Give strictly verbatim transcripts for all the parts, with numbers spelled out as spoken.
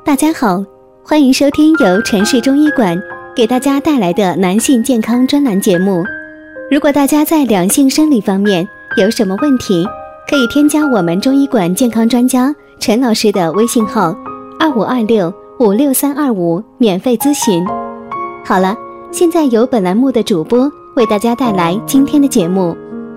大家好，欢迎收听由城市中医馆给大家带来的男性健康专栏节目。如果大家在两性生理方面有什么问题，可以添加我们中医馆健康专家陈老师的微信号二五二六五六三二五免费咨询。好了，现在由本栏目的主播为大家带来今天的节目。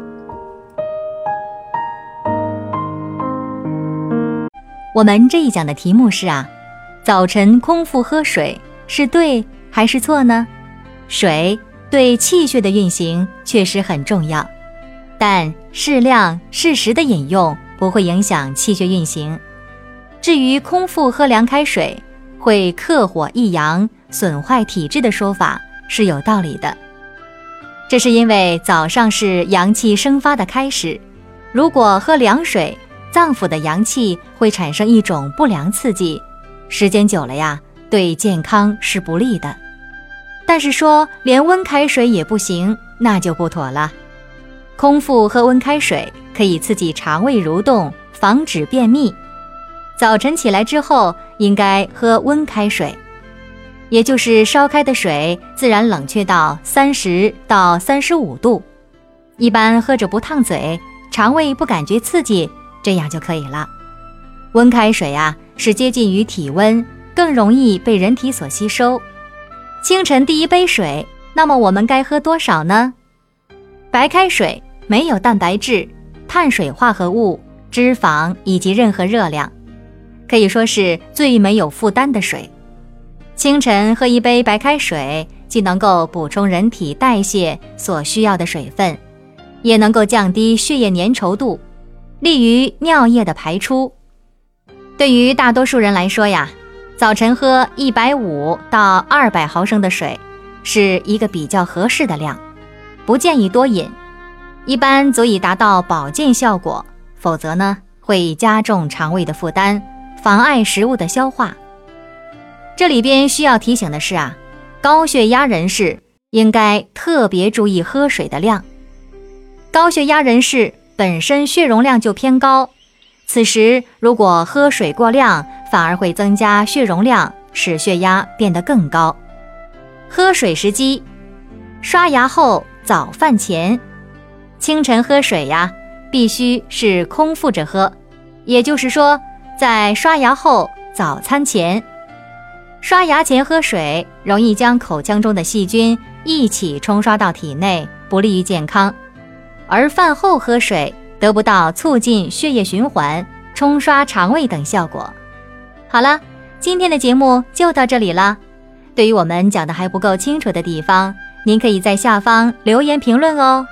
我们这一讲的题目是啊，早晨空腹喝水是对还是错呢？水对气血的运行确实很重要，但适量适时的饮用不会影响气血运行。至于空腹喝凉开水会克火益阳损坏体质的说法是有道理的，这是因为早上是阳气生发的开始，如果喝凉水，脏腑的阳气会产生一种不良刺激，时间久了呀，对健康是不利的。但是说连温开水也不行，那就不妥了。空腹喝温开水可以刺激肠胃蠕动，防止便秘。早晨起来之后应该喝温开水，也就是烧开的水自然冷却到三十到三十五度，一般喝着不烫嘴，肠胃不感觉刺激，这样就可以了。温开水啊，是接近于体温，更容易被人体所吸收。清晨第一杯水，那么我们该喝多少呢？白开水没有蛋白质、碳水化合物、脂肪以及任何热量，可以说是最没有负担的水。清晨喝一杯白开水，既能够补充人体代谢所需要的水分，也能够降低血液粘稠度，利于尿液的排出。对于大多数人来说呀，早晨喝一百五十到二百毫升的水是一个比较合适的量，不建议多饮，一般足以达到保健效果，否则呢会加重肠胃的负担，妨碍食物的消化。这里边需要提醒的是啊，高血压人士应该特别注意喝水的量。高血压人士本身血容量就偏高，此时如果喝水过量，反而会增加血容量，使血压变得更高。喝水时机：刷牙后早饭前。清晨喝水呀，必须是空腹着喝，也就是说在刷牙后早餐前。刷牙前喝水容易将口腔中的细菌一起冲刷到体内，不利于健康。而饭后喝水得不到促进血液循环、冲刷肠胃等效果。好了，今天的节目就到这里了。对于我们讲的还不够清楚的地方，您可以在下方留言评论哦。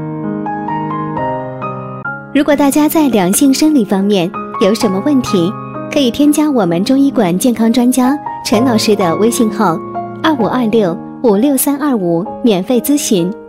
如果大家在两性生理方面有什么问题，可以添加我们中医馆健康专家陈老师的微信号二五二六五六三二五免费咨询。